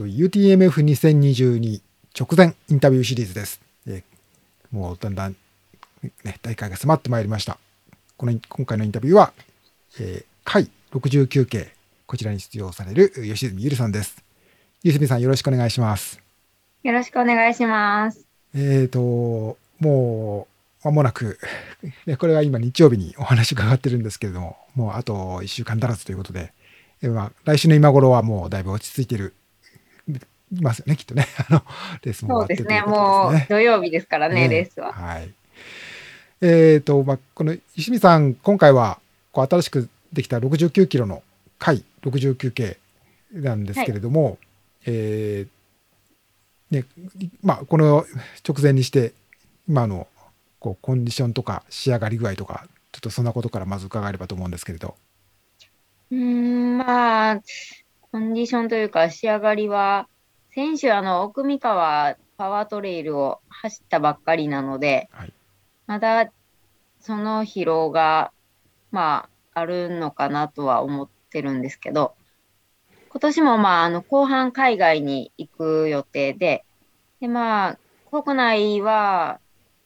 UTMF2022 直前インタビューシリーズです。もうだんだん、ね、大会が迫ってまいりました。今回のインタビューは、回69系、こちらに出場される吉住ゆりさんです。吉住さん、よろしくお願いします。 よろしくお願いします。 もう間もなく、これは今日曜日にお話伺ってるんですけれども、もうあと1週間足らずということで、来週の今頃はもうだいぶ落ち着いていますよね、きっとね。レースも終わっそうですね。 てということですもうね。 土曜日ですからね、レースは。 はい。この石見さん、今回は新しくできた69キロの回69系なんですはい。 けれども、えね、この直前にして、今のコンディションとか仕上がり具合とか、ちょっとそんなことからまず伺えればと思うんですけれど。 コンディションというか仕上がりは、先週奥三河パワートレイルを走ったばっかりなので、 はい。 まだその疲労が、あるのかなとは思ってるんですけど、今年も後半海外に行く予定で、国内は、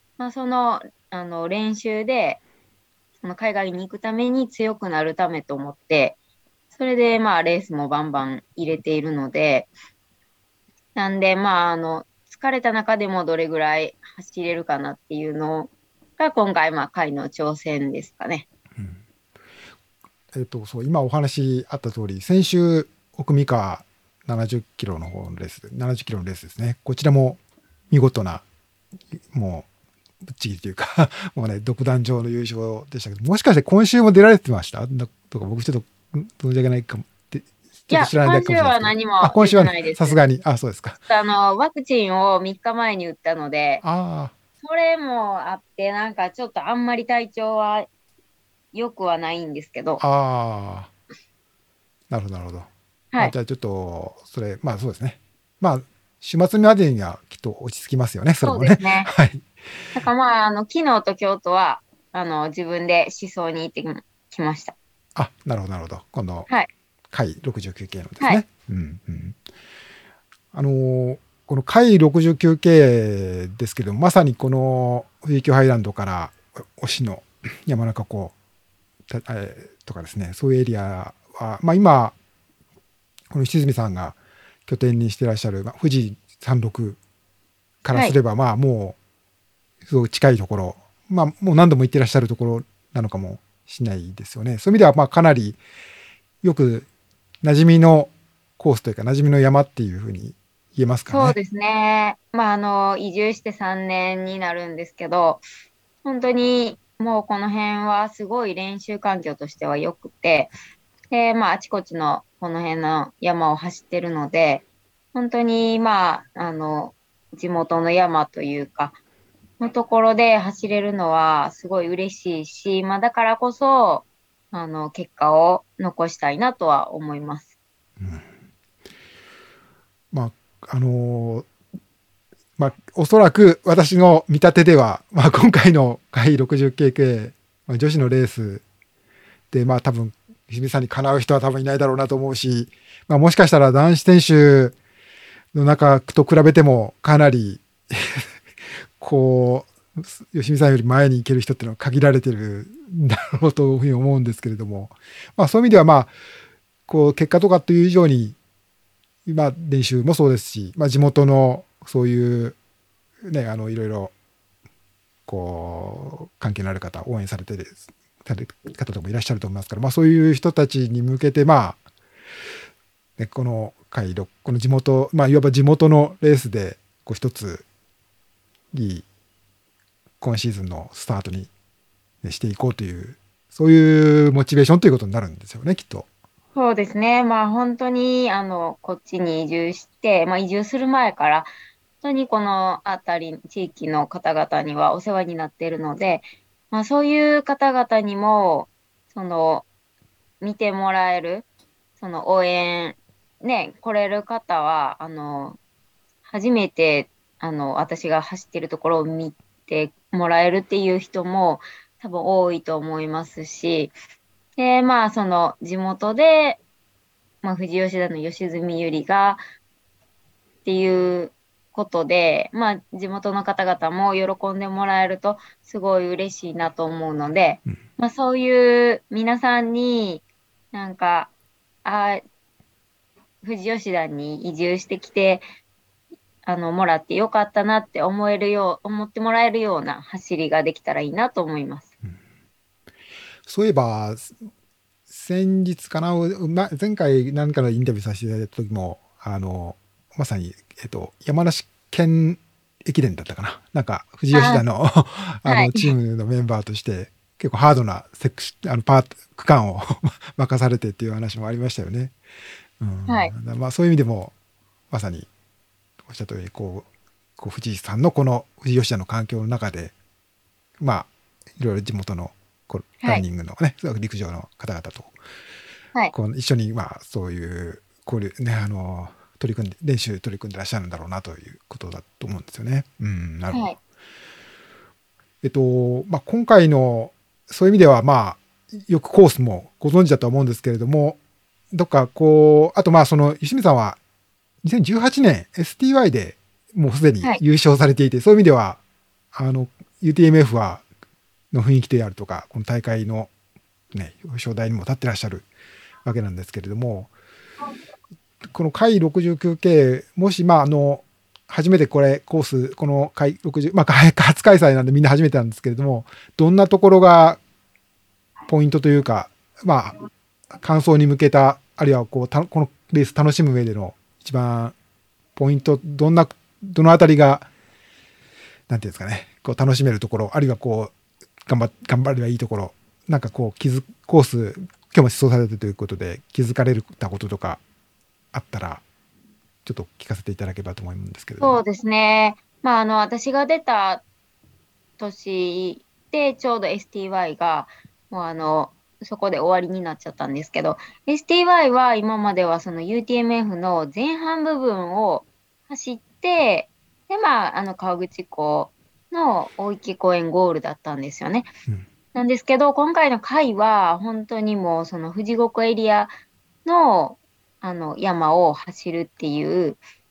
練習で、その海外に行くために強くなるためと思って、それでレースもバンバン入れているので、なんで疲れた中でもどれぐらい走れるかなっていうのが今回回の挑戦ですかね。 そう、今お話あった通り、先週、奥三河70キロの方のレース、70キロのレースですね。こちらも見事な、もう、ぶっちぎりというかもうね、独壇場の優勝でしたけど、もしかして今週も出られてましたとか、僕ちょっと、存じ上げないかもって、ちょっといや、 知らないだけか今週はもしれないですけど、あ、 何も出今週はね、 てないです。 さすがに、あ、そうですか。 ワクチンを3日前に打ったので、 あそれもあって、なんかちょっとあんまり体調は良くはないんですけど、 あ、なるほど、なるほど。 はい。 じゃあちょっと、それ、そうですね。週末までにはきっと落ち着きますよね、それそうもね。 ですね。 はい。 だから昨日と今日とは、自分で思想に行ってきました。 あ、なるほど、なるほど。今度、 はい。 回69系のですはい。 ね。うんうん。この回69系ですけど、まさにこの富士急ハイランドから忍野、山中湖とかですね、そういうエリアは、今、この七角さんが拠点にしていらっしゃる、富士山麓からはい。 すれば、もう、すごく近いところ、もう何度も行ってらっしゃるところなのかもしれないですよね。そういう意味では、かなりよく馴染みのコースというか、馴染みの山っていうふうに言えますかね。 そうですね。移住して3年になるんですけど、本当にもうこの辺はすごい練習環境としては良くて、で、あちこちのこの辺の山を走ってるので、本当に地元の山というか、のところで走れるのはすごい嬉しいし、だからこそ、結果を残したいなとは思います。 まあ、おそらく私の見立てでは、今回の回 60KK、女子のレースで、多分、日比さんにかなう人は多分いないだろうなと思うし、もしかしたら男子選手の中と比べてもかなりこ吉見さんより前に行ける人っていうのは限られてるんだろうというふうに思うんですけれども、そういう意味では結果とかという以上に、練習もそうですし、地元のそういうね、いろいろ関係のある方、応援される方とかもいらっしゃると思いますから、そういう人たちに向けて、ね、このこの地元、いわば地元のレースで、一ついい今シーズンのスタートに、ね、していこうという、そういうモチベーションということになるんですよね、きっと。 そうですね。本当に、こっちに移住して、移住する前から、本当にこの辺り、地域の方々にはお世話になっているので、そういう方々にも、その、見てもらえる、その応援、ね、来れる方は、初めて、私が走ってるところを見てもらえるっていう人も多分多いと思いますし、で、地元で、富士吉田の吉住ゆりが、 っていうことで、まあ、地元の方々も喜んでもらえるとすごい嬉しいなと思うので、 うん。 まあ、そういう皆さんになんか、あ、富士吉田に移住してきて、もらってよかったなって思ってもらえるような走りができたらいいなと思います。 そういえば、先日かな、前回何かのインタビューさせていただいた時も、まさに、山梨県駅伝だったかな。なんか、富士吉あ、 田のはい。 チームのメンバーとして、結構ハードなセクシ、区間を任されてっていう話もありましたよね。うはい。 ん。まあ、そういう意味でも、まさに、おっしゃった通り、富士山のこの富士吉田の環境の中で、まあ、いろいろ地元のラはい。 ンニングのね、陸上の方々とはい。 一緒に、まあ、そういう交流ね、練習取り組んでらっしゃるんだろうなということだと思うんですよね。うん、なるほど。 はい。 まあ、今回の、そういう意味では、まあ、よくコースもご存知だと思うんですけれども、どっかあとまあ、吉見さんは2018年 STY でもうすでにはい。 優勝されていて、そういう意味では、UTMF の雰囲気であるとか、この大会のね、表彰台にも立ってらっしゃるわけなんですけれども、この回 69K、もし、まあ、初めてコース、この回60、まあ、初開催なんでみんな初めてなんですけれども、どんなところがポイントというか、まあ、完走に向けた、あるいはこのレース楽しむ上での一番ポイント、どのあたりが、なんていうんですかね、楽しめるところ、あるいは頑張ればいいところ、なんかコース、今日も思想されてということで気づかれたこととかあったら、ちょっと聞かせていただければと思うんですけれども。 そうですね。まあ、私が出た年で、ちょうど STY が、もうそこで終わりになっちゃったんですけど、STY は今まではその UTMF の前半部分を走って、で、まあ、川口湖の大池公園ゴールだったんですよね。 うん。 なんですけど、今回の回は、本当にもう、その富士五湖エリアの、山を走るっていう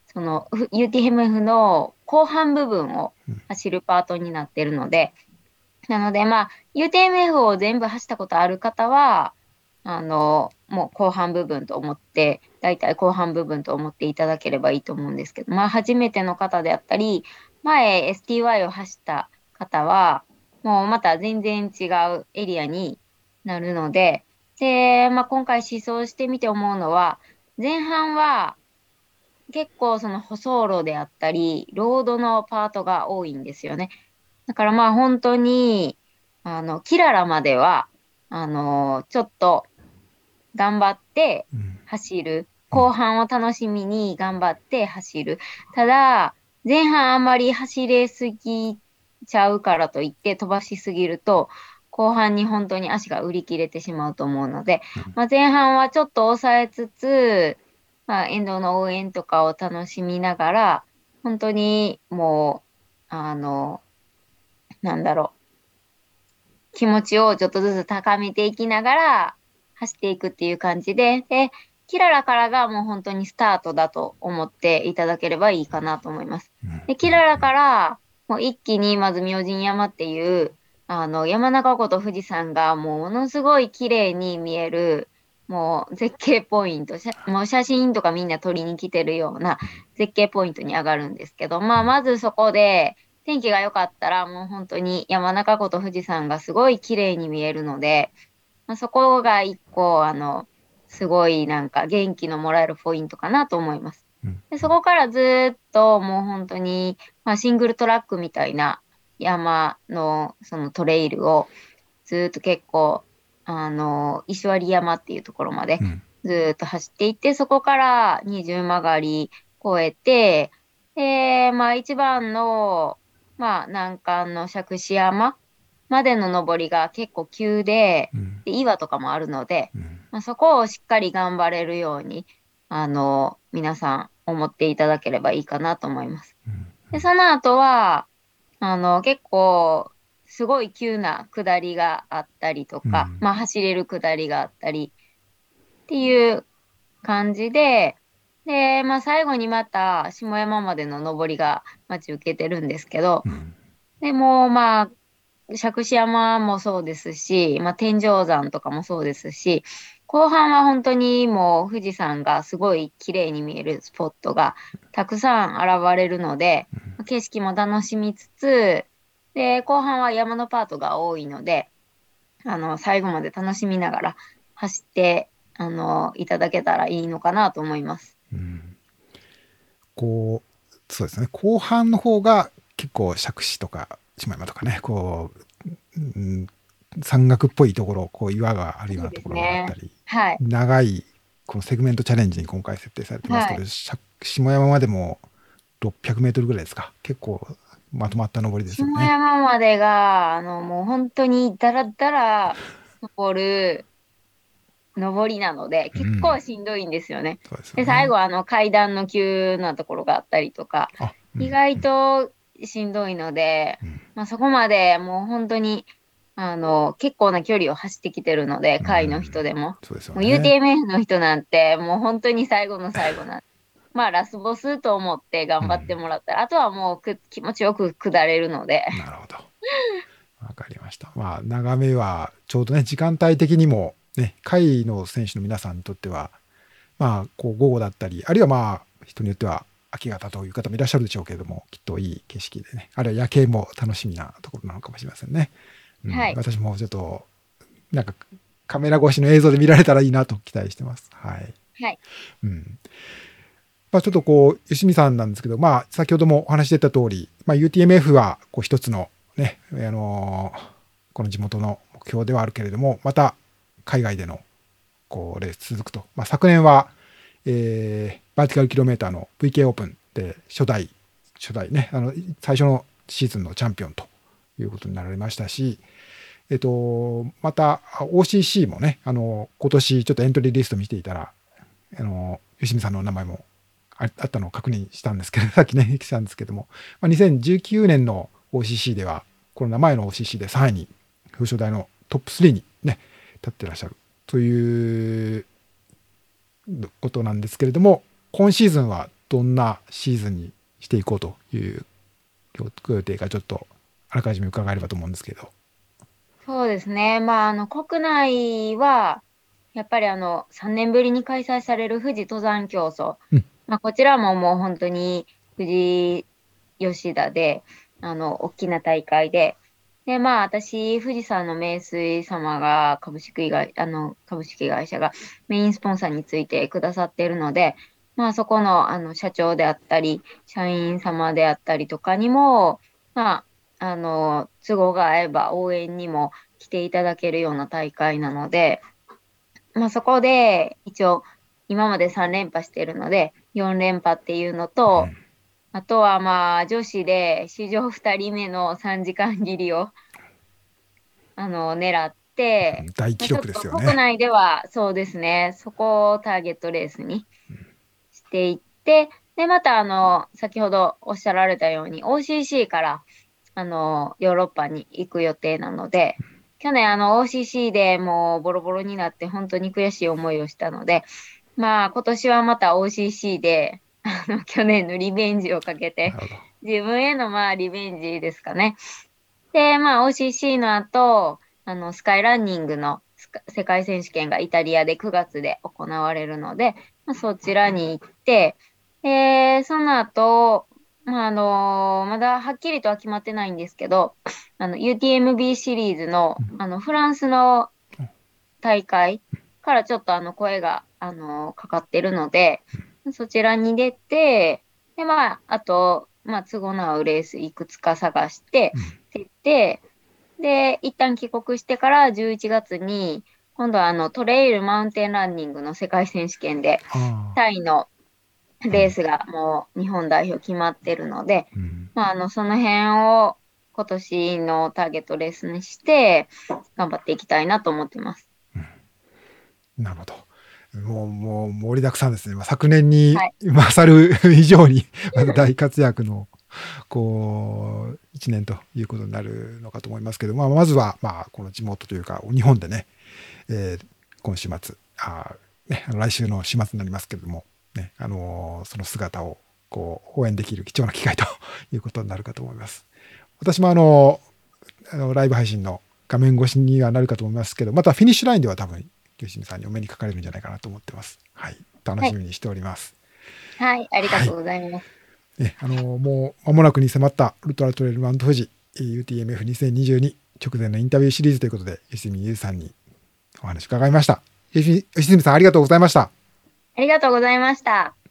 、UTMF の後半部分をうん。 走るパートになってるので、なので、まあ、UTMF を全部走ったことある方は、もう後半部分と思って、だいたい後半部分と思っていただければいいと思うんですけど、まあ、初めての方であったり、前 STY を走った方は、もうまた全然違うエリアになるので、で、まあ、今回試走してみて思うのは、前半は結構その舗装路であったり、ロードのパートが多いんですよね。だからまあ本当に、キララまでは、ちょっと頑張ってうん。 走る。 うん。 後半を楽しみに頑張って走る。ただ、前半あんまり走れすぎちゃうからといって飛ばしすぎると、後半に本当に足が売り切れてしまうと思うので、 うん。 まあ、前半はちょっと抑えつつ、まあ、沿道の応援とかを楽しみながら、本当にもう、なんだろ気持ちをちょっとずつ高めていきながら走っていくっていう感じで、キララからがもう本当にスタートだと思っていただければいいかなと思います。で、キララからもう一気にまず明神山っていう、山中湖と富士山がもうものすごい綺麗に見える、もう絶景ポイント、もう写真とかみんな撮りに来てるような絶景ポイントに上がるんですけど、まあ、まずそこで、天気が良かったら、もう本当に山中湖と富士山がすごい綺麗に見えるので、まあ、そこが一個、すごいなんか元気のもらえるポイントかなと思います。 うん。 で、そこからずーっともう本当に、まあ、シングルトラックみたいな山のそのトレイルをずーっと結構、石割山っていうところまでうん。 ずーっと走っていって、そこから二重曲がり越えて、で、まあ一番の、まあ難関の杓子山までの登りが結構急うん。 で岩とかもあるので、 うん。 まあ、そこをしっかり頑張れるように、皆さん思っていただければいいかなと思います。で、その後は、結構、すごい急な下りがあったりとか、 うん。 まあ走れる下りがあったりっていう感じで、 で、まあ、最後にまた下山までの登りが待ち受けてるんですけど、 うん。 でもまあ、杓子山もそうですし、まあ、天井山とかもそうですし、後半は本当にもう富士山がすごい綺麗に見えるスポットがたくさん現れるので、景色も楽しみつつ、で、後半は山のパートが多いので、最後まで楽しみながら走って、いただけたらいいのかなと思います。 うん。こそうですね。後半の方が結構杓子とか下山とかね、うん、山岳っぽいところ、岩があるようそうでなところがあったすね。 り、 はい。 長いこのセグメントチャレンジに今回設定されてますけど、 はい。 下山までも600メートルぐらいですか。結構まとまった登りです下よね。 山までが、もう本当にだらだら登る登りなので、結うん。 構しんどいんですよね。 そうですよで、最ね。 後、階段の急なところがあったりとか、 あ、うん。 意外としんどいので、 うん。 まあ、そこまでもう本当に、結構な距離を走ってきてるので、 う会のん。 人でも。 そうですよもうね。 UTMF の人なんて、もう本当に最後の最後なんで、まあ、ラスボスと思って頑張ってうん。 もらったら、あとはもう気持ちよく下れるので、 なるほど。わかりました。まあ、眺めは、ちょうどね、時間帯的にも、ね、下位の選手の皆さんにとっては、まあ、午後だったり、あるいはまあ、人によっては明け方という方もいらっしゃるでしょうけれども、きっといい景色でね、あるいは夜景も楽しみなところなのかもしれませんね。うん、 はい。 私もちょっと、なんか、カメラ越しの映像で見られたらいいなと期待してます。はい。 はい。 うん。まあ、ちょっと吉見さんなんですけど、まあ、先ほどもお話し出た通り、まあ、UTMF は一つのね、この地元の目標ではあるけれども、また海外でのレース続くと。まあ、昨年は、バーティカルキロメーターの VK オープンで初代ね、最初のシーズンのチャンピオンということになられましたし、また OCC もね、今年ちょっとエントリーリスト見ていたら、吉見さんの名前もあったのを確認したんですけど、さっきね、したんですけども、まあ、2019年の OCC では、この名前の OCC で3位に、表彰台のトップ3にね、立ってらっしゃるということなんですけれども、今シーズンはどんなシーズンにしていこうという予定がちょっとあらかじめ伺えればと思うんですけど。 そうですね。まあ、国内は、やっぱり3年ぶりに開催される富士登山競争。 うん。 まあ、こちらももう本当に富士吉田で、大きな大会で、で、まあ、私、富士山の名水様が株式会社がメインスポンサーについてくださっているので、まあ、そこの、社長であったり、社員様であったりとかにも、まあ、都合が合えば応援にも来ていただけるような大会なので、まあ、そこで一応今まで3連覇しているので4連覇っていうのと、あとはまあ女子で史上2人目の3時間切りを狙って、まあ、 大記録でちょっとすよね。 国内ではそうですね、そこをターゲットレースにしていって、で、また先ほどおっしゃられたように OCC からヨーロッパに行く予定なので、去年OCC でもうボロボロになって本当に悔しい思いをしたので、まあ今年はまた OCC で、去年のリベンジをかけて、 なるほど。 自分へのまあリベンジですかね。で、まあ OCC の後、スカイランニングの世界選手権がイタリアで9月で行われるので、まあ、そちらに行って、その後、まあ、まだはっきりとは決まってないんですけど、UTMB シリーズの、フランスの大会からちょっと声が、かかってるので、そちらに出て、で、まあ、あと、まあ、都合の合うレースいくつか探して、出て、で、一旦帰国してから11月に、今度はトレイルマウンテンランニングの世界選手権で、 あタイのあ、うん、 レースがもう日本代表決まってるので、 うん、 まあ、その辺を今年のターゲットレースにして、頑張っていきたいなと思ってます。 なるほど。もう盛りだくさんですね。まあ、昨年にはい。 勝る以上にまた大活躍の一年ということになるのかと思いますけど、まあ、まずはまあこの地元というか日本でね、今週末来週の週末になりますけれども、 ね、その姿をこう応援できる貴重な機会ということになるかと思います。私もライブ配信の画面越しにはなるかと思いますけど、またフィニッシュラインでは多分、吉住さんにお目にかかれるんじゃないかなと思ってます。はい。楽はい。 しみにしております。 はい。ありがはい。 とうございます。 ね、もう間もなくに迫ったウルトラトレイルマウント富士 UTMF2022 直前のインタビューシリーズということで、吉住優さんにお話伺いました。吉住さんありがとうございました。 ありがとうございました。